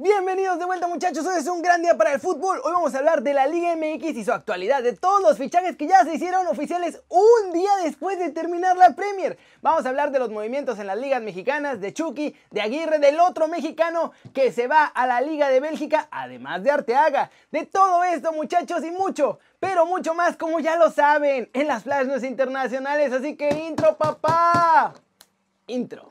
Bienvenidos de vuelta, muchachos, hoy es un gran día para el fútbol. Hoy vamos a hablar de la Liga MX y su actualidad, de todos los fichajes que ya se hicieron oficiales un día después de terminar la Premier. Vamos a hablar de los movimientos en las ligas mexicanas, de Chucky, de Aguirre, del otro mexicano que se va a la Liga de Bélgica, además de Arteaga. De todo esto, muchachos, y mucho, pero mucho más, como ya lo saben, en las Flash News internacionales. Así que intro, papá. Intro.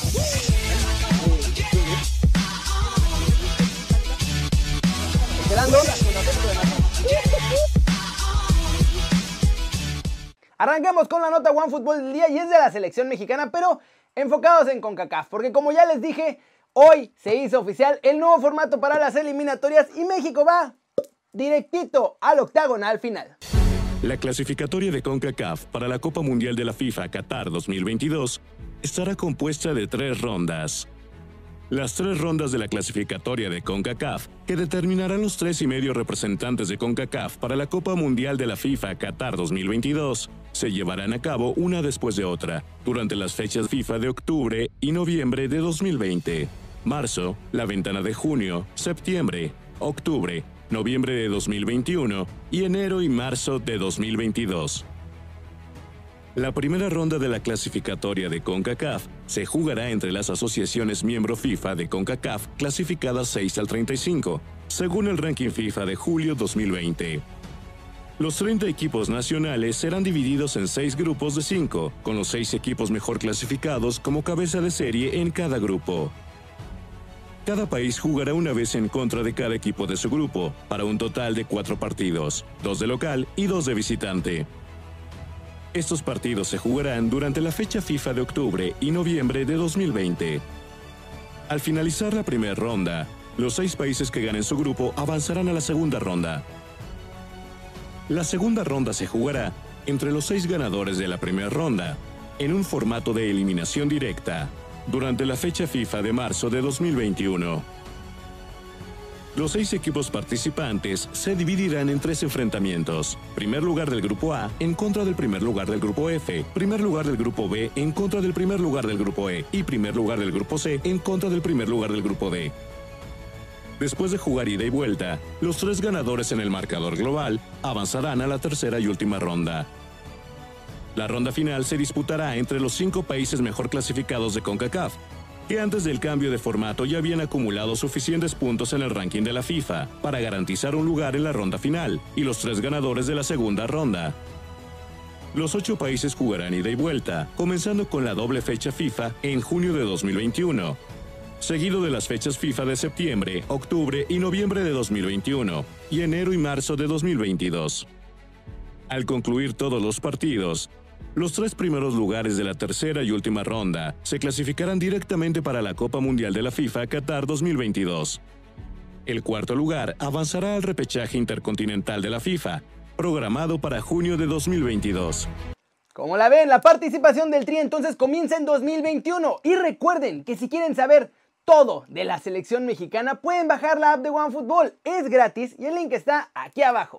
Arrancamos con la nota OneFootball del día y es de la selección mexicana, pero enfocados en CONCACAF, porque como ya les dije, hoy se hizo oficial el nuevo formato para las eliminatorias y México va directito al octagonal final. La clasificatoria de CONCACAF para la Copa Mundial de la FIFA Qatar 2022 estará compuesta de 3 rondas. Las 3 rondas de la clasificatoria de CONCACAF, que determinarán los 3,5 representantes de CONCACAF para la Copa Mundial de la FIFA Qatar 2022, se llevarán a cabo una después de otra, durante las fechas FIFA de octubre y noviembre de 2020. Marzo, la ventana de junio, septiembre, octubre, noviembre de 2021 y enero y marzo de 2022. La primera ronda de la clasificatoria de CONCACAF se jugará entre las asociaciones miembro FIFA de CONCACAF clasificadas 6 al 35, según el ranking FIFA de julio 2020. Los 30 equipos nacionales serán divididos en 6 grupos de 5, con los 6 equipos mejor clasificados como cabeza de serie en cada grupo. Cada país jugará una vez en contra de cada equipo de su grupo, para un total de 4 partidos, 2 de local y 2 de visitante. Estos partidos se jugarán durante la fecha FIFA de octubre y noviembre de 2020. Al finalizar la primera ronda, los 6 países que ganen su grupo avanzarán a la segunda ronda. La segunda ronda se jugará entre los 6 ganadores de la primera ronda, en un formato de eliminación directa, durante la fecha FIFA de marzo de 2021. Los 6 equipos participantes se dividirán en 3 enfrentamientos. Primer lugar del grupo A en contra del primer lugar del grupo F, primer lugar del grupo B en contra del primer lugar del grupo E y primer lugar del grupo C en contra del primer lugar del grupo D. Después de jugar ida y vuelta, los 3 ganadores en el marcador global avanzarán a la tercera y última ronda. La ronda final se disputará entre los 5 países mejor clasificados de CONCACAF, que antes del cambio de formato ya habían acumulado suficientes puntos en el ranking de la FIFA para garantizar un lugar en la ronda final, y los 3 ganadores de la segunda ronda. Los 8 países jugarán ida y vuelta, comenzando con la doble fecha FIFA en junio de 2021, seguido de las fechas FIFA de septiembre, octubre y noviembre de 2021, y enero y marzo de 2022. Al concluir todos los partidos, los 3 primeros lugares de la tercera y última ronda se clasificarán directamente para la Copa Mundial de la FIFA Qatar 2022. El cuarto lugar avanzará al repechaje intercontinental de la FIFA, programado para junio de 2022. Como la ven, la participación del Tri entonces comienza en 2021. Y recuerden que si quieren saber todo de la selección mexicana, pueden bajar la app de OneFootball. Es gratis y el link está aquí abajo.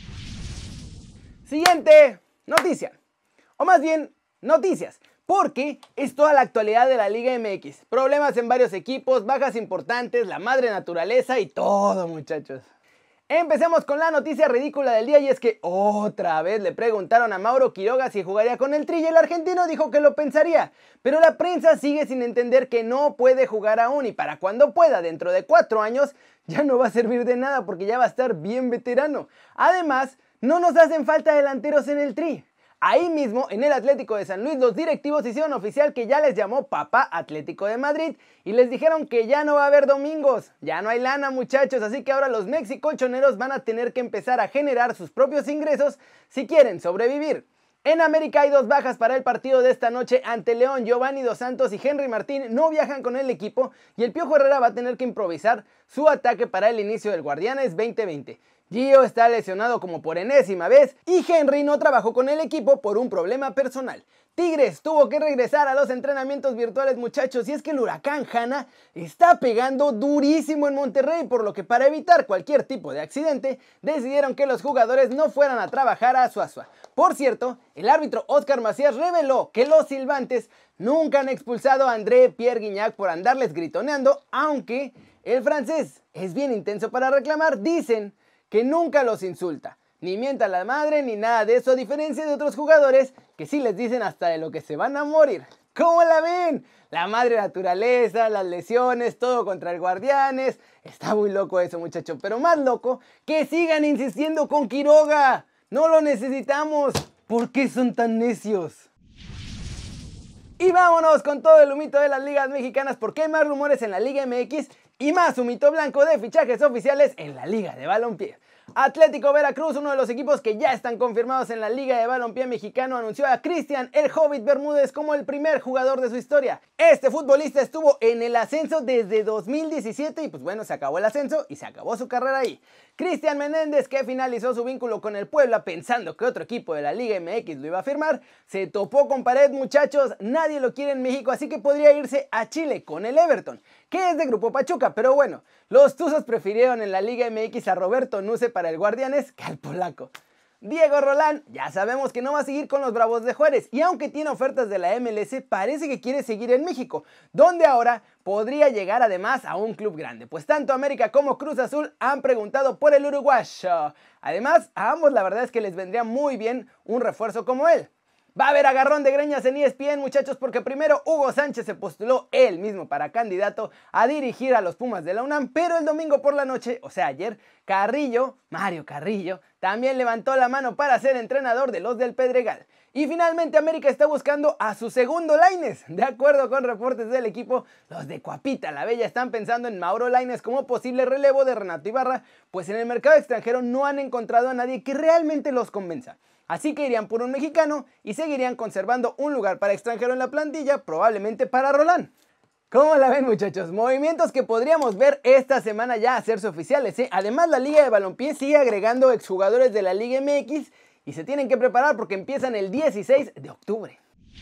Siguiente noticia. O más bien, noticias, porque es toda la actualidad de la Liga MX. Problemas en varios equipos, bajas importantes, la madre naturaleza y todo, muchachos. Empecemos con la noticia ridícula del día y es que otra vez le preguntaron a Mauro Quiroga si jugaría con el Tri y el argentino dijo que lo pensaría. Pero la prensa sigue sin entender que no puede jugar aún y para cuando pueda, dentro de 4 años, ya no va a servir de nada porque ya va a estar bien veterano. Además, no nos hacen falta delanteros en el Tri. Ahí mismo, en el Atlético de San Luis, los directivos hicieron oficial que ya les llamó Papá Atlético de Madrid y les dijeron que ya no va a haber domingos, ya no hay lana, muchachos, así que ahora los mexicochoneros van a tener que empezar a generar sus propios ingresos si quieren sobrevivir. En América hay 2 bajas para el partido de esta noche ante León. Giovanni Dos Santos y Henry Martín no viajan con el equipo y el Piojo Herrera va a tener que improvisar su ataque para el inicio del Guardianes 2020. Gio está lesionado como por enésima vez y Henry no trabajó con el equipo por un problema personal. Tigres tuvo que regresar a los entrenamientos virtuales, muchachos, y es que el huracán Hanna está pegando durísimo en Monterrey, por lo que para evitar cualquier tipo de accidente, decidieron que los jugadores no fueran a trabajar a Suazua. Por cierto, el árbitro Óscar Macías reveló que los silbantes nunca han expulsado a André Pierre Guignac por andarles gritoneando, aunque El francés es bien intenso para reclamar, dicen que nunca los insulta, ni mienta a la madre ni nada de eso, a diferencia de otros jugadores que sí les dicen hasta de lo que se van a morir. ¿Cómo la ven? La madre naturaleza, las lesiones, todo contra el Guardianes. Está muy loco eso, muchachos, pero más loco que sigan insistiendo con Quiroga. No lo necesitamos. ¿Por qué son tan necios? Y vámonos con todo el humito de las ligas mexicanas porque hay más rumores en la Liga MX y más humito blanco de fichajes oficiales en la Liga de Balompié. Atlético Veracruz, uno de los equipos que ya están confirmados en la Liga de Balompié mexicano, anunció a Cristian el Hobbit Bermúdez como el primer jugador de su historia. Este futbolista estuvo en el ascenso desde 2017 y pues bueno, se acabó el ascenso y se acabó su carrera ahí. Cristian Menéndez, que finalizó su vínculo con el Puebla pensando que otro equipo de la Liga MX lo iba a firmar, se topó con pared, muchachos, nadie lo quiere en México, así que podría irse a Chile con el Everton, que es de Grupo Pachuca, pero bueno, los Tuzos prefirieron en la Liga MX a Roberto Nuce para el Guardianes que al polaco. Diego Rolán, ya sabemos que no va a seguir con los Bravos de Juárez y aunque tiene ofertas de la MLS, parece que quiere seguir en México, donde ahora podría llegar además a un club grande, pues tanto América como Cruz Azul han preguntado por el uruguayo. Además, a ambos la verdad es que les vendría muy bien un refuerzo como él. Va a haber agarrón de greñas en ESPN, muchachos, porque primero Hugo Sánchez se postuló él mismo para candidato a dirigir a los Pumas de la UNAM, pero el domingo por la noche, o sea ayer, Mario Carrillo, también levantó la mano para ser entrenador de los del Pedregal. Y finalmente América está buscando a su segundo Lainez. De acuerdo con reportes del equipo, los de Coapita la Bella están pensando en Mauro Lainez como posible relevo de Renato Ibarra, pues en el mercado extranjero no han encontrado a nadie que realmente los convenza. Así que irían por un mexicano y seguirían conservando un lugar para extranjero en la plantilla, probablemente para Rolán. ¿Cómo la ven, muchachos? Movimientos que podríamos ver esta semana ya hacerse oficiales, ¿eh? Además, la Liga de Balompié sigue agregando exjugadores de la Liga MX y se tienen que preparar porque empiezan el 16 de octubre.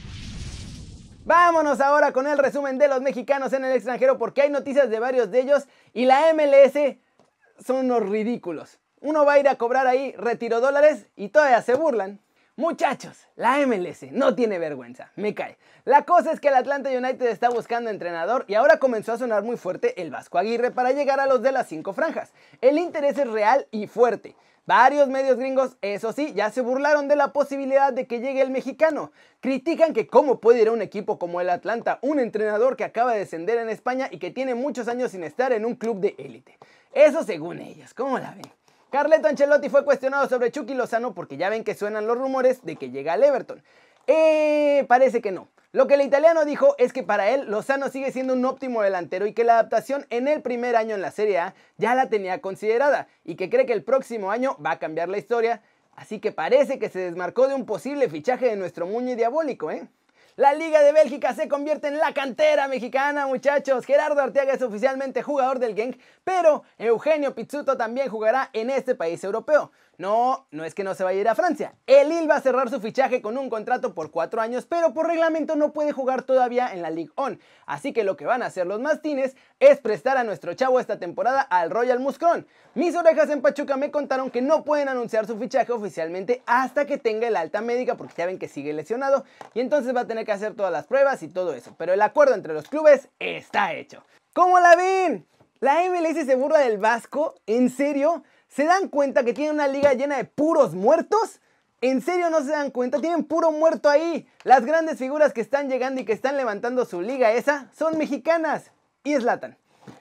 Vámonos ahora con el resumen de los mexicanos en el extranjero porque hay noticias de varios de ellos y la MLS son unos ridículos. Uno va a ir a cobrar ahí retiro dólares y todavía se burlan. Muchachos, la MLS no tiene vergüenza, me cae. La cosa es que el Atlanta United está buscando entrenador y ahora comenzó a sonar muy fuerte el Vasco Aguirre para llegar a los de las 5 franjas. El interés es real y fuerte. Varios medios gringos, eso sí, ya se burlaron de la posibilidad de que llegue el mexicano. Critican que cómo puede ir a un equipo como el Atlanta, un entrenador que acaba de descender en España y que tiene muchos años sin estar en un club de élite. Eso según ellos, ¿cómo la ven? Carleto Ancelotti fue cuestionado sobre Chucky Lozano porque ya ven que suenan los rumores de que llega al Everton. Parece que no. Lo que el italiano dijo es que para él Lozano sigue siendo un óptimo delantero y que la adaptación en el primer año en la Serie A ya la tenía considerada y que cree que el próximo año va a cambiar la historia, así que parece que se desmarcó de un posible fichaje de nuestro Muñe diabólico, ¿eh? La Liga de Bélgica se convierte en la cantera mexicana, muchachos. Gerardo Arteaga es oficialmente jugador del Genk, pero Eugenio Pizzuto también jugará en este país europeo. No es que no se vaya a ir a Francia. El Lille va a cerrar su fichaje con un contrato por 4 años, pero por reglamento no puede jugar todavía en la Ligue 1. Así que lo que van a hacer los mastines es prestar a nuestro chavo esta temporada al Royal Mouscron. Mis orejas en Pachuca me contaron que no pueden anunciar su fichaje oficialmente hasta que tenga el alta médica, porque ya ven que sigue lesionado y entonces va a tener que hacer todas las pruebas y todo eso. Pero el acuerdo entre los clubes está hecho. ¿Cómo la ven? ¿La MLS se burla del Vasco? ¿En serio? ¿Se dan cuenta que tiene una liga llena de puros muertos? ¿En serio no se dan cuenta? Tienen puro muerto ahí. Las grandes figuras que están llegando y que están levantando su liga esa son mexicanas. Y Zlatan.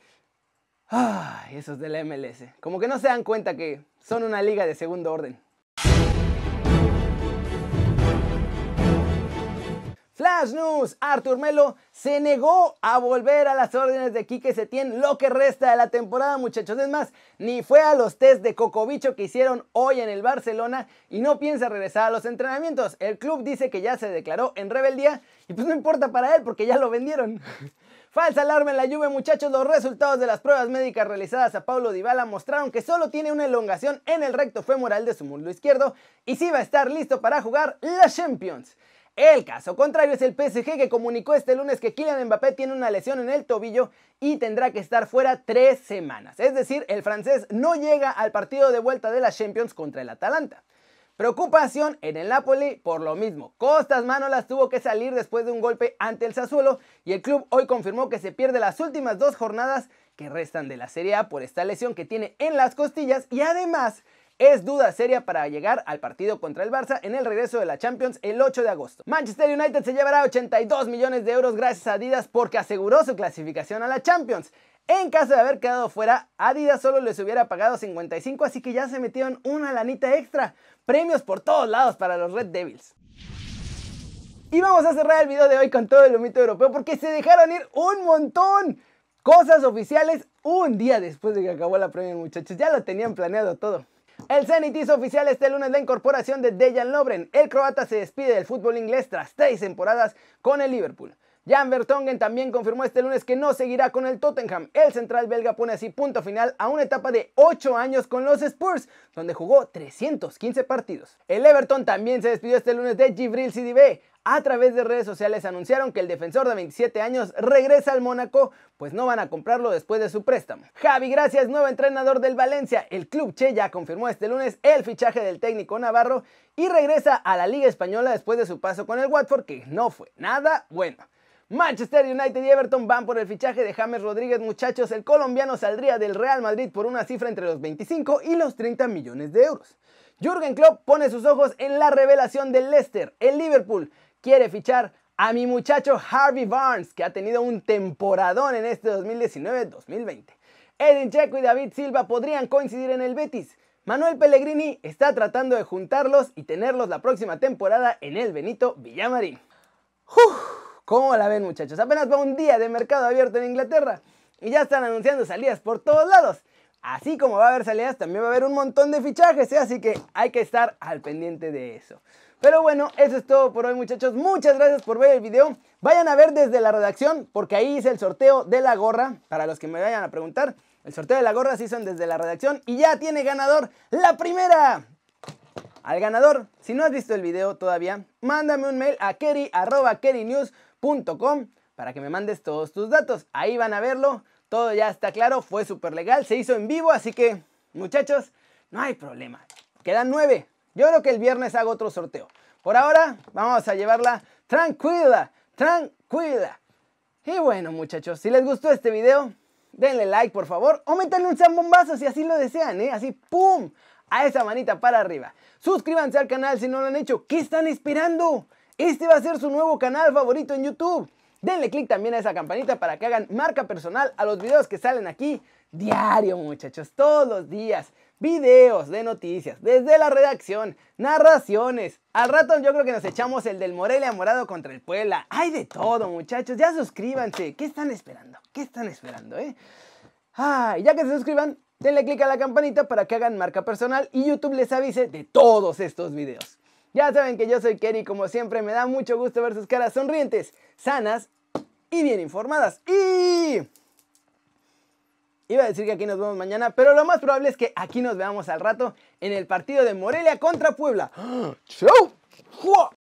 Ay, esos de la MLS. Como que no se dan cuenta que son una liga de segundo orden. Flash News, Artur Melo se negó a volver a las órdenes de Quique Setién lo que resta de la temporada, muchachos. Es más, ni fue a los test de cocobicho que hicieron hoy en el Barcelona y no piensa regresar a los entrenamientos. El club dice que ya se declaró en rebeldía y pues no importa para él porque ya lo vendieron. Falsa alarma en la Juve, muchachos. Los resultados de las pruebas médicas realizadas a Paulo Dybala mostraron que solo tiene una elongación en el recto femoral de su muslo izquierdo y sí va a estar listo para jugar la Champions. El caso contrario es el PSG, que comunicó este lunes que Kylian Mbappé tiene una lesión en el tobillo y tendrá que estar fuera 3 semanas. Es decir, el francés no llega al partido de vuelta de la Champions contra el Atalanta. Preocupación en el Napoli por lo mismo. Costas Manolas tuvo que salir después de un golpe ante el Sassuolo y el club hoy confirmó que se pierde las últimas 2 jornadas que restan de la Serie A por esta lesión que tiene en las costillas y además es duda seria para llegar al partido contra el Barça en el regreso de la Champions el 8 de agosto. Manchester United se llevará 82 millones de euros gracias a Adidas porque aseguró su clasificación a la Champions. En caso de haber quedado fuera, Adidas solo les hubiera pagado 55, así que ya se metieron una lanita extra. Premios por todos lados para los Red Devils. Y vamos a cerrar el video de hoy con todo el humito europeo porque se dejaron ir un montón. Cosas oficiales un día después de que acabó la Premier, muchachos. Ya lo tenían planeado todo. El Zenit hizo oficial este lunes la incorporación de Dejan Lovren. El croata se despide del fútbol inglés tras 3 temporadas con el Liverpool. Jan Vertonghen también confirmó este lunes que no seguirá con el Tottenham. El central belga pone así punto final a una etapa de 8 años con los Spurs, donde jugó 315 partidos. El Everton también se despidió este lunes de Djibril Sidibé. A través de redes sociales anunciaron que el defensor de 27 años regresa al Mónaco, pues no van a comprarlo después de su préstamo. Javi Gracia es nuevo entrenador del Valencia. El club Che ya confirmó este lunes el fichaje del técnico navarro y regresa a la Liga Española después de su paso con el Watford, que no fue nada bueno. Manchester United y Everton van por el fichaje de James Rodríguez, muchachos. El colombiano saldría del Real Madrid por una cifra entre los 25 y los 30 millones de euros. Jürgen Klopp pone sus ojos en la revelación del Leicester. El Liverpool quiere fichar a mi muchacho Harvey Barnes, que ha tenido un temporadón en este 2019-2020. Edin Dzeko y David Silva podrían coincidir en el Betis. Manuel Pellegrini está tratando de juntarlos y tenerlos la próxima temporada en el Benito Villamarín. ¿Cómo la ven, muchachos? Apenas va un día de mercado abierto en Inglaterra y ya están anunciando salidas por todos lados. Así como va a haber salidas, también va a haber un montón de fichajes, ¿eh? Así que hay que estar al pendiente de eso. Pero bueno, eso es todo por hoy, muchachos. Muchas gracias por ver el video. Vayan a ver desde la redacción, porque ahí hice el sorteo de la gorra. Para los que me vayan a preguntar, el sorteo de la gorra se hizo desde la redacción y ya tiene ganador la primera. Al ganador, si no has visto el video todavía, mándame un mail a keri@kerinews.com para que me mandes todos tus datos. Ahí van a verlo, todo ya está claro, fue súper legal, se hizo en vivo, así que, muchachos, no hay problema. Quedan 9. Yo creo que el viernes hago otro sorteo. Por ahora, vamos a llevarla tranquila, tranquila. Y bueno, muchachos, si les gustó este video, denle like, por favor, o métanle un zambombazo si así lo desean, así, ¡pum!, a esa manita para arriba. Suscríbanse al canal si no lo han hecho. ¿Qué están esperando? Este va a ser su nuevo canal favorito en YouTube. Denle click también a esa campanita para que hagan marca personal a los videos que salen aquí diario, muchachos, todos los días. Videos de noticias, desde la redacción, narraciones. Al rato yo creo que nos echamos el del Morelia Morado contra el Puebla. Hay de todo, muchachos, ya suscríbanse. ¿Qué están esperando? ¿Qué están esperando, Y ya que se suscriban, denle click a la campanita para que hagan marca personal y YouTube les avise de todos estos videos. Ya saben que yo soy Keri, como siempre me da mucho gusto ver sus caras sonrientes, sanas y bien informadas. Y iba a decir que aquí nos vemos mañana, pero lo más probable es que aquí nos veamos al rato en el partido de Morelia contra Puebla. ¡Chau!